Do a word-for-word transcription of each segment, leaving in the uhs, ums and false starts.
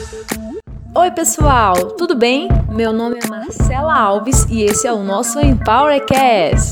Oi pessoal, tudo bem? Meu nome é Marcela Alves e esse é o nosso EmpowerCast.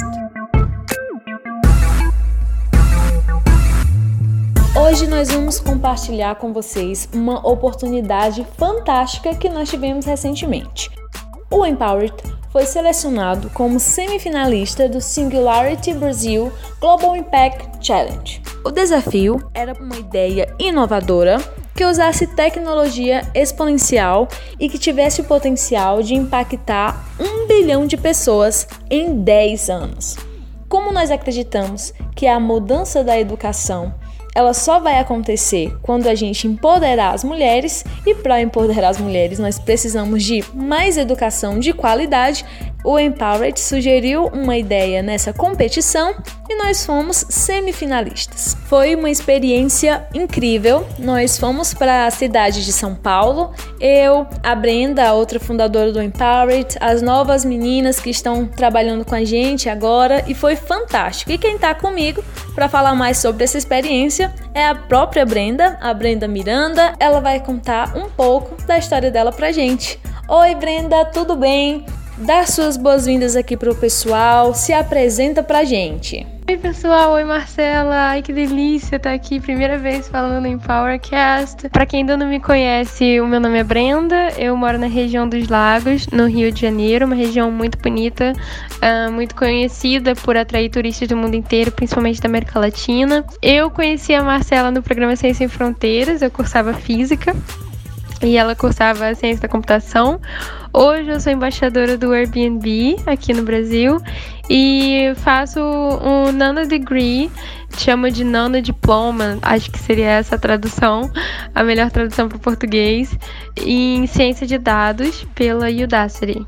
Hoje nós vamos compartilhar com vocês uma oportunidade fantástica que nós tivemos recentemente. O Empowered foi selecionado como semifinalista do Singularity Brazil Global Impact Challenge. O desafio era uma ideia inovadora que usasse tecnologia exponencial e que tivesse o potencial de impactar um bilhão de pessoas em dez anos. Como nós acreditamos que a mudança da educação ela só vai acontecer quando a gente empoderar as mulheres, e para empoderar as mulheres nós precisamos de mais educação de qualidade, o Empowered sugeriu uma ideia nessa competição e nós fomos semifinalistas. Foi uma experiência incrível, nós fomos para a cidade de São Paulo, eu, a Brenda, a outra fundadora do Empowered, as novas meninas que estão trabalhando com a gente agora, e foi fantástico. E quem está comigo para falar mais sobre essa experiência é a própria Brenda, a Brenda Miranda. Ela vai contar um pouco da história dela pra gente. Oi Brenda, tudo bem? Dá suas boas-vindas aqui pro pessoal, se apresenta pra gente. Oi pessoal, oi Marcela, ai que delícia estar aqui, primeira vez falando no EmpowerCast. Pra quem ainda não me conhece, o meu nome é Brenda, eu moro na região dos Lagos, no Rio de Janeiro, uma região muito bonita, uh, muito conhecida por atrair turistas do mundo inteiro, principalmente da América Latina. Eu conheci a Marcela no programa Ciência Sem Fronteiras, eu cursava Física e ela cursava Ciência da Computação. Hoje eu sou embaixadora do Airbnb aqui no Brasil e faço um Nano Degree, chamo de Nano Diploma, acho que seria essa a tradução, a melhor tradução para o português, em Ciência de Dados pela Udacity.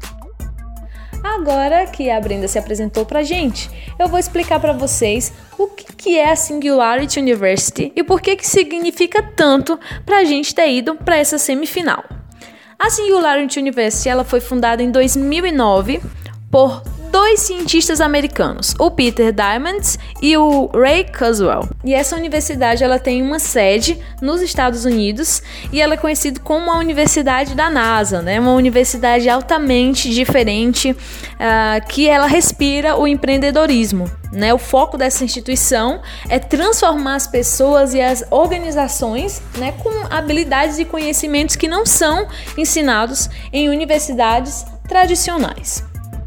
Agora que a Brenda se apresentou pra gente, eu vou explicar para vocês o que, que é a Singularity University e por que que significa tanto pra gente ter ido para essa semifinal. A Singularity University ela foi fundada em dois mil e nove por dois cientistas americanos, o Peter Diamandis e o Ray Kurzweil. E essa universidade ela tem uma sede nos Estados Unidos e ela é conhecida como a Universidade da NASA, né? Uma universidade altamente diferente, uh, que ela respira o empreendedorismo. Né? O foco dessa instituição é transformar as pessoas e as organizações, né, com habilidades e conhecimentos que não são ensinados em universidades tradicionais.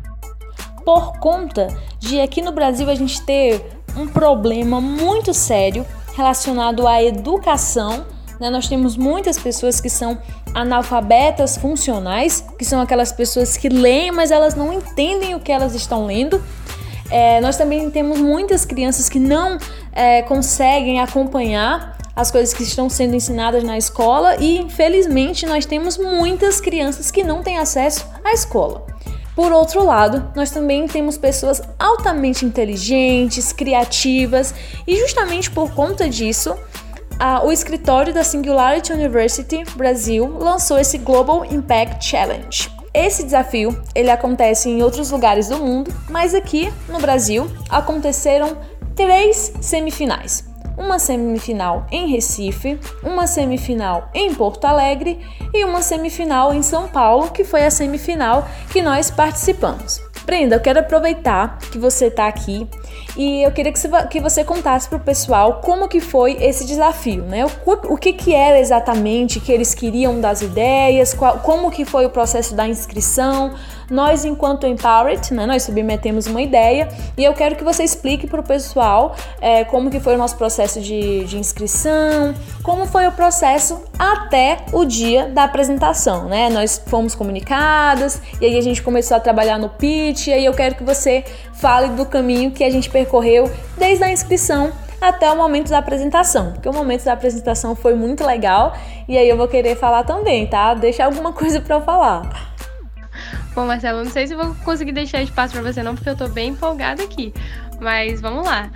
Por conta de aqui no Brasil a gente ter um problema muito sério relacionado à educação, né? Nós temos muitas pessoas que são analfabetas funcionais, que são aquelas pessoas que leem, mas elas não entendem o que elas estão lendo. É, nós também temos muitas crianças que não é, conseguem acompanhar as coisas que estão sendo ensinadas na escola e, infelizmente, nós temos muitas crianças que não têm acesso à escola. Por outro lado, nós também temos pessoas altamente inteligentes, criativas e justamente por conta disso, a, o escritório da Singularity University Brasil lançou esse Global Impact Challenge. Esse desafio ele acontece em outros lugares do mundo, mas aqui no Brasil aconteceram três semifinais. Uma semifinal em Recife, uma semifinal em Porto Alegre e uma semifinal em São Paulo, que foi a semifinal que nós participamos. Brenda, eu quero aproveitar que você está aqui e eu queria que você contasse para o pessoal como que foi esse desafio, né? O, o que que era exatamente que eles queriam das ideias, qual, como que foi o processo da inscrição. Nós, enquanto Empowered, né, nós submetemos uma ideia e eu quero que você explique para o pessoal é, como que foi o nosso processo de, de inscrição, como foi o processo até o dia da apresentação, né? Nós fomos comunicadas e aí a gente começou a trabalhar no pitch e aí eu quero que você fale do caminho que a gente percorreu desde a inscrição até o momento da apresentação, porque o momento da apresentação foi muito legal e aí eu vou querer falar também, tá? Deixa alguma coisa para eu falar. Bom, Marcelo, não sei se eu vou conseguir deixar espaço para você não, porque eu tô bem empolgada aqui, mas vamos lá.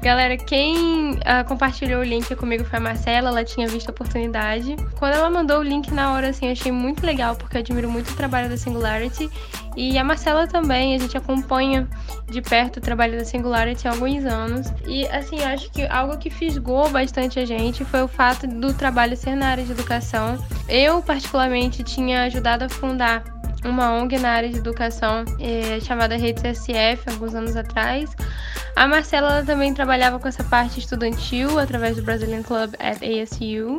Galera, quem uh, compartilhou o link comigo foi a Marcela, ela tinha visto a oportunidade. Quando ela mandou o link na hora, assim, eu achei muito legal, porque eu admiro muito o trabalho da Singularity. E a Marcela também, a gente acompanha de perto o trabalho da Singularity há alguns anos. E, assim, eu acho que algo que fisgou bastante a gente foi o fato do trabalho ser na área de educação. Eu, particularmente, tinha ajudado a fundar uma O N G na área de educação é, chamada Redes S F, alguns anos atrás. A Marcela ela também trabalhava com essa parte estudantil através do Brazilian Club at A S U,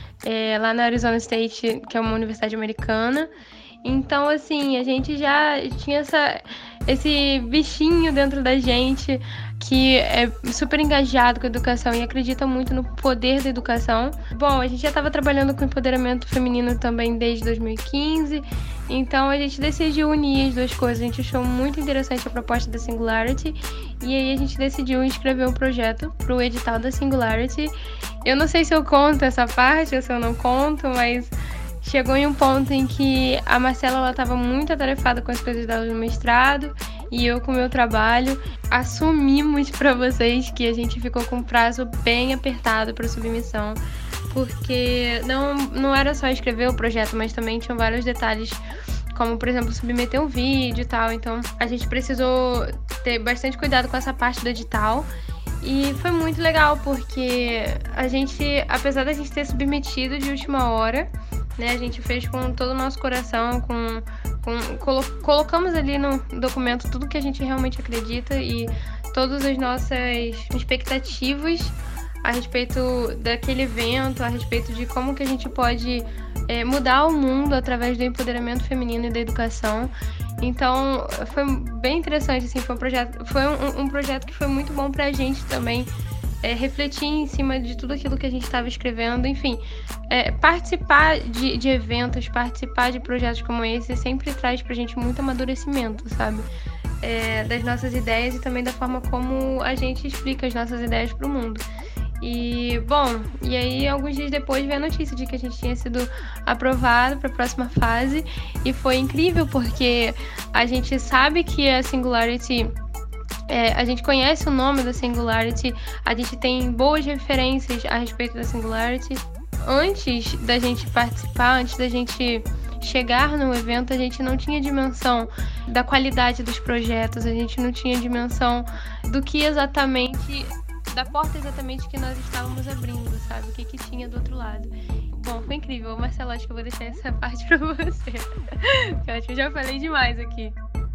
é, lá na Arizona State, que é uma universidade americana. Então, assim, a gente já tinha essa, esse bichinho dentro da gente que é super engajado com a educação e acredita muito no poder da educação. Bom, a gente já estava trabalhando com empoderamento feminino também desde dois mil e quinze, então a gente decidiu unir as duas coisas. A gente achou muito interessante a proposta da Singularity e aí a gente decidiu inscrever um projeto para o edital da Singularity. Eu não sei se eu conto essa parte ou se eu não conto, mas chegou em um ponto em que a Marcela estava muito atarefada com as coisas dela no mestrado e eu com o meu trabalho. Assumimos para vocês que a gente ficou com um prazo bem apertado para submissão, porque não, não era só escrever o projeto, mas também tinham vários detalhes, como, por exemplo, submeter um vídeo e tal. Então, a gente precisou ter bastante cuidado com essa parte do edital. E foi muito legal, porque a gente, apesar da gente ter submetido de última hora, né, a gente fez com todo o nosso coração, com, com, colo, colocamos ali no documento tudo que a gente realmente acredita e todas as nossas expectativas a respeito daquele evento, a respeito de como que a gente pode é, mudar o mundo através do empoderamento feminino e da educação. Então, foi bem interessante, assim, foi um projeto, foi um, um projeto que foi muito bom pra gente também, é, refletir em cima de tudo aquilo que a gente estava escrevendo, enfim, é, participar de, de eventos, participar de projetos como esse sempre traz pra gente muito amadurecimento, sabe? É, das nossas ideias e também da forma como a gente explica as nossas ideias pro mundo. E, bom, e aí alguns dias depois veio a notícia de que a gente tinha sido aprovado para a próxima fase e foi incrível porque a gente sabe que a Singularity, é, a gente conhece o nome da Singularity, a gente tem boas referências a respeito da Singularity. Antes da gente participar, antes da gente chegar no evento, a gente não tinha dimensão da qualidade dos projetos, a gente não tinha dimensão do que exatamente... da porta exatamente que nós estávamos abrindo, sabe? O que que tinha do outro lado. Bom, foi incrível. Marcelo, acho que eu vou deixar essa parte pra você. Eu acho que eu já falei demais aqui.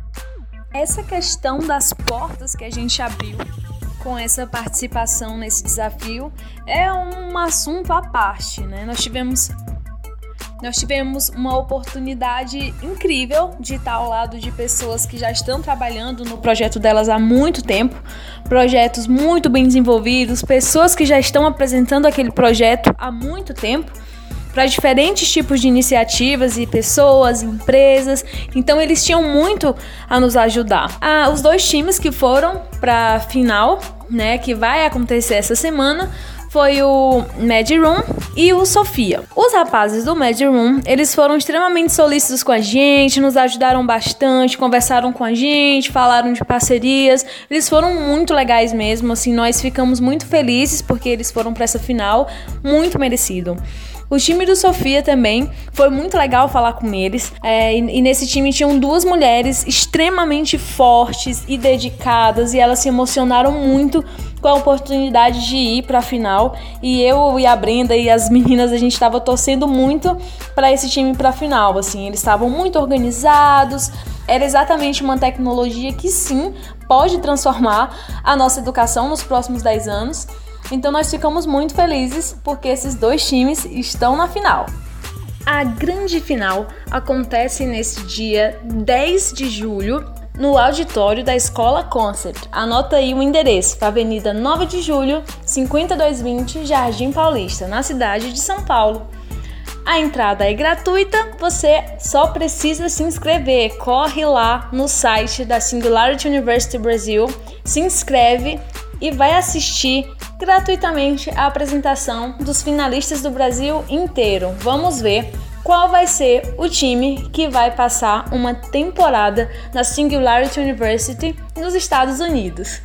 Essa questão das portas que a gente abriu com essa participação nesse desafio é um assunto à parte, né? Nós tivemos... Nós tivemos uma oportunidade incrível de estar ao lado de pessoas que já estão trabalhando no projeto delas há muito tempo, projetos muito bem desenvolvidos, pessoas que já estão apresentando aquele projeto há muito tempo para diferentes tipos de iniciativas e pessoas, empresas. Então eles tinham muito a nos ajudar. Ah, os dois times que foram para a final, né, que vai acontecer essa semana, foi o Mad Room e o Sofia. Os rapazes do Mad Room, eles foram extremamente solícitos com a gente, nos ajudaram bastante, conversaram com a gente, falaram de parcerias. Eles foram muito legais mesmo, assim, nós ficamos muito felizes porque eles foram para essa final, muito merecido. O time do Sofia também, foi muito legal falar com eles, é, e, e nesse time tinham duas mulheres extremamente fortes e dedicadas, e elas se emocionaram muito com a oportunidade de ir para a final, e eu e a Brenda e as meninas, a gente estava torcendo muito para esse time para a final, assim, eles estavam muito organizados, era exatamente uma tecnologia que sim, pode transformar a nossa educação nos próximos dez anos, então nós ficamos muito felizes porque esses dois times estão na final. A grande final acontece nesse dia dez de julho, no auditório da Escola Concept. Anota aí o endereço, Avenida nove de julho, cinquenta e dois vinte, Jardim Paulista, na cidade de São Paulo. A entrada é gratuita, você só precisa se inscrever. Corre lá no site da Singularity University Brasil, se inscreve e vai assistir gratuitamente a apresentação dos finalistas do Brasil inteiro. Vamos ver qual vai ser o time que vai passar uma temporada na Singularity University nos Estados Unidos.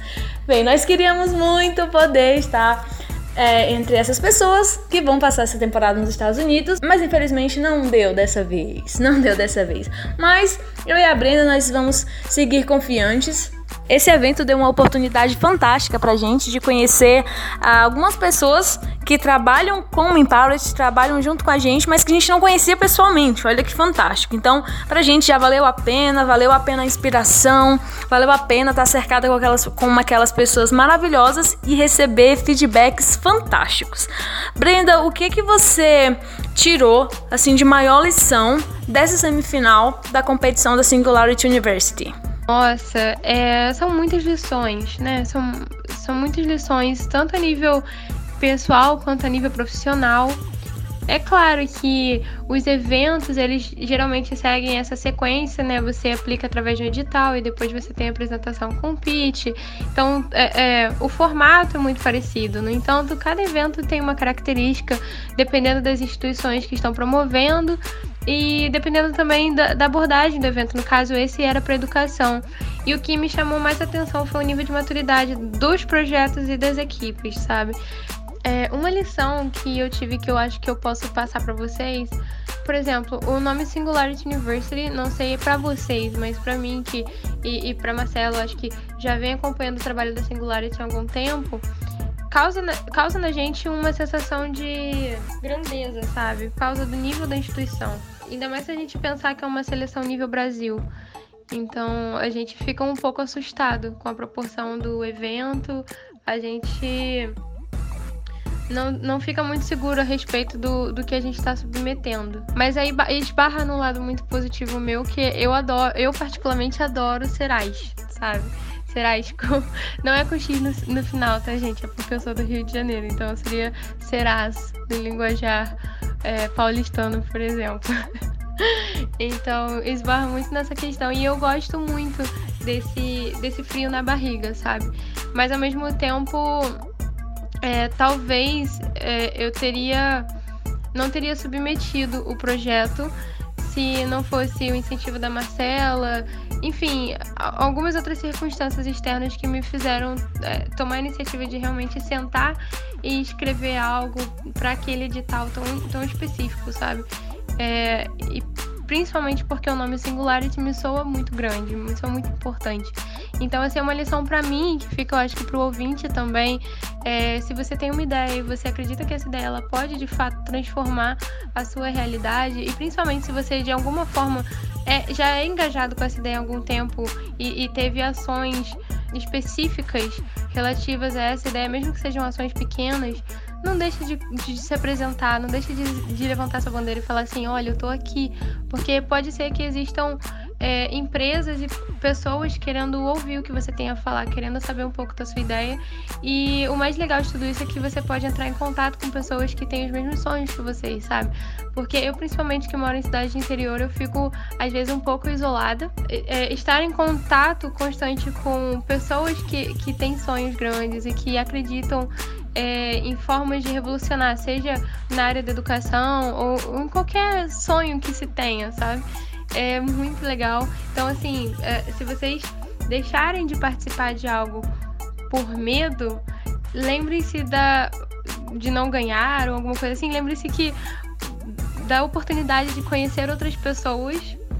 Bem, nós queríamos muito poder estar é, entre essas pessoas que vão passar essa temporada nos Estados Unidos, mas infelizmente não deu dessa vez, não deu dessa vez. Mas eu e a Brenda, nós vamos seguir confiantes. Esse evento deu uma oportunidade fantástica pra gente de conhecer ah, algumas pessoas que trabalham com o Empowered, trabalham junto com a gente, mas que a gente não conhecia pessoalmente. Olha que fantástico. Então, pra gente já valeu a pena, valeu a pena a inspiração, valeu a pena estar cercada com aquelas, com aquelas pessoas maravilhosas e receber feedbacks fantásticos. Brenda, o que que você tirou, assim, de maior lição dessa semifinal da competição da Singularity University? Nossa, é, são muitas lições, né? São, são muitas lições, tanto a nível pessoal quanto a nível profissional. É claro que os eventos, eles geralmente seguem essa sequência, né? Você aplica através de um edital e depois você tem a apresentação com pitch. Então, é, é, o formato é muito parecido. No entanto, cada evento tem uma característica, dependendo das instituições que estão promovendo e dependendo também da, da abordagem do evento. No caso, esse era para educação. E o que me chamou mais atenção foi o nível de maturidade dos projetos e das equipes, sabe? É, uma lição que eu tive que eu acho que eu posso passar para vocês, por exemplo, o nome Singularity University, não sei para vocês, mas para mim que, e, e para Marcelo, acho que já vem acompanhando o trabalho da Singularity há algum tempo, causa na, causa na gente uma sensação de grandeza, sabe? Por causa do nível da instituição. Ainda mais se a gente pensar que é uma seleção nível Brasil. Então, a gente fica um pouco assustado com a proporção do evento, a gente não, não fica muito seguro a respeito do, do que a gente está submetendo. Mas aí esbarra num lado muito positivo meu, que eu adoro, eu particularmente adoro Serais, sabe? Serais com, não é com X no, no final, tá, gente? É porque eu sou do Rio de Janeiro, então seria Serás, do linguajar é, paulistano, por exemplo. Então, esbarra muito nessa questão. E eu gosto muito desse, desse frio na barriga, sabe? Mas, ao mesmo tempo, é, talvez é, eu teria não teria submetido o projeto se não fosse o incentivo da Marcela. Enfim, algumas outras circunstâncias externas que me fizeram é, tomar a iniciativa de realmente sentar e escrever algo para aquele edital tão, tão específico, sabe? É, e principalmente porque o nome Singularity me soa muito grande, me soa muito importante. Então, essa é uma lição para mim, que fica, eu acho que pro ouvinte também. É, se você tem uma ideia e você acredita que essa ideia ela pode, de fato, transformar a sua realidade, e principalmente se você, de alguma forma, é, já é engajado com essa ideia há algum tempo e, e teve ações específicas relativas a essa ideia, mesmo que sejam ações pequenas, não deixe de, de se apresentar, não deixe de, de levantar sua bandeira e falar assim, olha, eu tô aqui. Porque pode ser que existam é, empresas e pessoas querendo ouvir o que você tem a falar, querendo saber um pouco da sua ideia. E o mais legal de tudo isso é que você pode entrar em contato com pessoas que têm os mesmos sonhos que vocês, sabe? Porque eu, principalmente, que moro em cidade de interior, eu fico, às vezes, um pouco isolada. É, estar em contato constante com pessoas que, que têm sonhos grandes e que acreditam É, em formas de revolucionar, seja na área da educação ou, ou em qualquer sonho que se tenha, sabe? É muito legal. Então, assim, é, se vocês deixarem de participar de algo por medo, lembrem-se da, de não ganhar ou alguma coisa assim, lembrem-se que da oportunidade de conhecer outras pessoas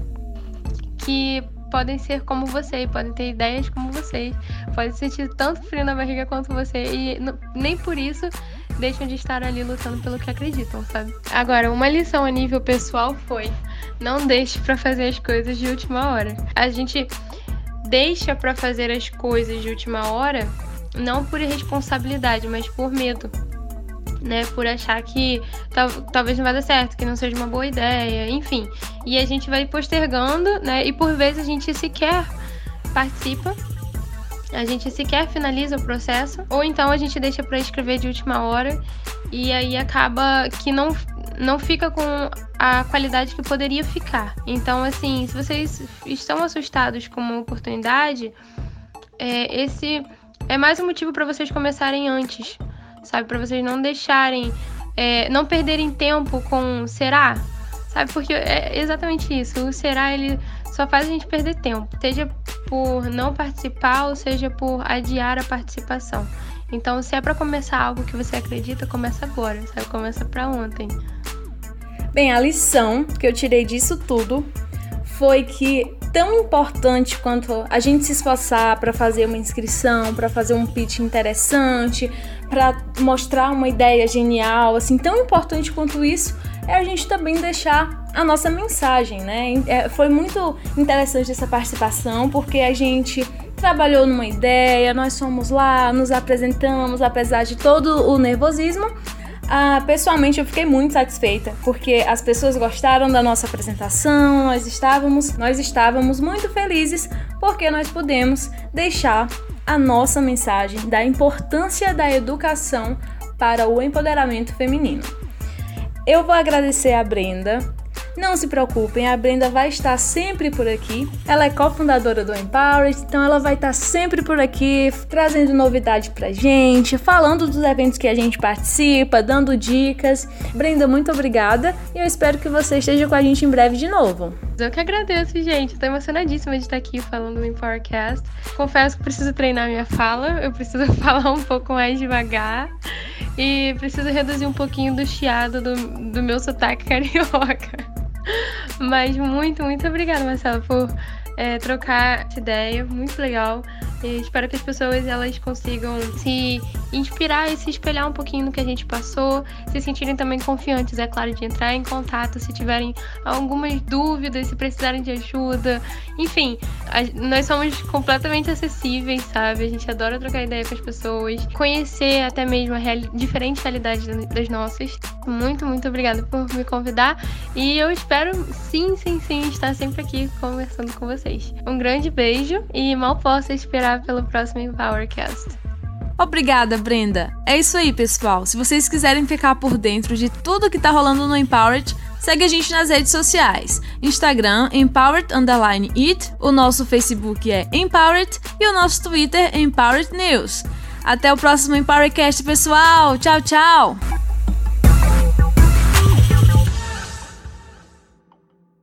que podem ser como você, podem ter ideias como vocês, podem sentir tanto frio na barriga quanto você e n- nem por isso deixam de estar ali lutando pelo que acreditam, sabe? Agora, uma lição a nível pessoal foi: não deixe pra fazer as coisas de última hora. A gente deixa pra fazer as coisas de última hora não por irresponsabilidade, mas por medo, né, por achar que tal, talvez não vai dar certo, que não seja uma boa ideia, enfim. E a gente vai postergando, né, e por vezes a gente sequer participa, a gente sequer finaliza o processo, ou então a gente deixa para escrever de última hora e aí acaba que não, não fica com a qualidade que poderia ficar. Então, assim, se vocês estão assustados com uma oportunidade, é, esse é mais um motivo para vocês começarem antes, sabe? Para vocês não deixarem, é, não perderem tempo com será, sabe? Porque é exatamente isso. O será, ele só faz a gente perder tempo, seja por não participar ou seja por adiar a participação. Então, se é para começar algo que você acredita, começa agora, sabe? Começa para ontem. Bem, a lição que eu tirei disso tudo foi que tão importante quanto a gente se esforçar para fazer uma inscrição, para fazer um pitch interessante, para mostrar uma ideia genial, assim, tão importante quanto isso é a gente também deixar a nossa mensagem, né? É, foi muito interessante essa participação, porque a gente trabalhou numa ideia, nós fomos lá, nos apresentamos, apesar de todo o nervosismo. Ah, pessoalmente eu fiquei muito satisfeita, porque as pessoas gostaram da nossa apresentação, nós estávamos, nós estávamos muito felizes, porque nós pudemos deixar a nossa mensagem da importância da educação para o empoderamento feminino. Eu vou agradecer a Brenda. Não se preocupem, a Brenda vai estar sempre por aqui. Ela é cofundadora do Empowered, então ela vai estar sempre por aqui, trazendo novidade pra gente, falando dos eventos que a gente participa, dando dicas. Brenda, muito obrigada e eu espero que você esteja com a gente em breve de novo. Eu que agradeço, gente. Eu tô emocionadíssima de estar aqui falando do Empowercast. Confesso que preciso treinar minha fala, eu preciso falar um pouco mais devagar e preciso reduzir um pouquinho do chiado do, do meu sotaque carioca. Mas muito, muito obrigada, Marcela, por é, trocar essa ideia, muito legal. E espero que as pessoas elas consigam se inspirar e se espelhar um pouquinho no que a gente passou, se sentirem também confiantes, é claro, de entrar em contato se tiverem algumas dúvidas, se precisarem de ajuda. Enfim, a, nós somos completamente acessíveis, sabe? A gente adora trocar ideia com as pessoas, conhecer até mesmo a reali- diferente realidade das nossas. Muito, muito obrigada por me convidar e eu espero sim, sim, sim estar sempre aqui conversando com vocês. Um grande beijo e mal posso esperar pelo próximo Empowercast. Obrigada, Brenda. É isso aí, pessoal. Se vocês quiserem ficar por dentro de tudo que tá rolando no Empowered, segue a gente nas redes sociais. Instagram, Empowered underline it, o nosso Facebook é Empowered e o nosso Twitter, Empowered News. Até o próximo Empowercast, pessoal. Tchau, tchau!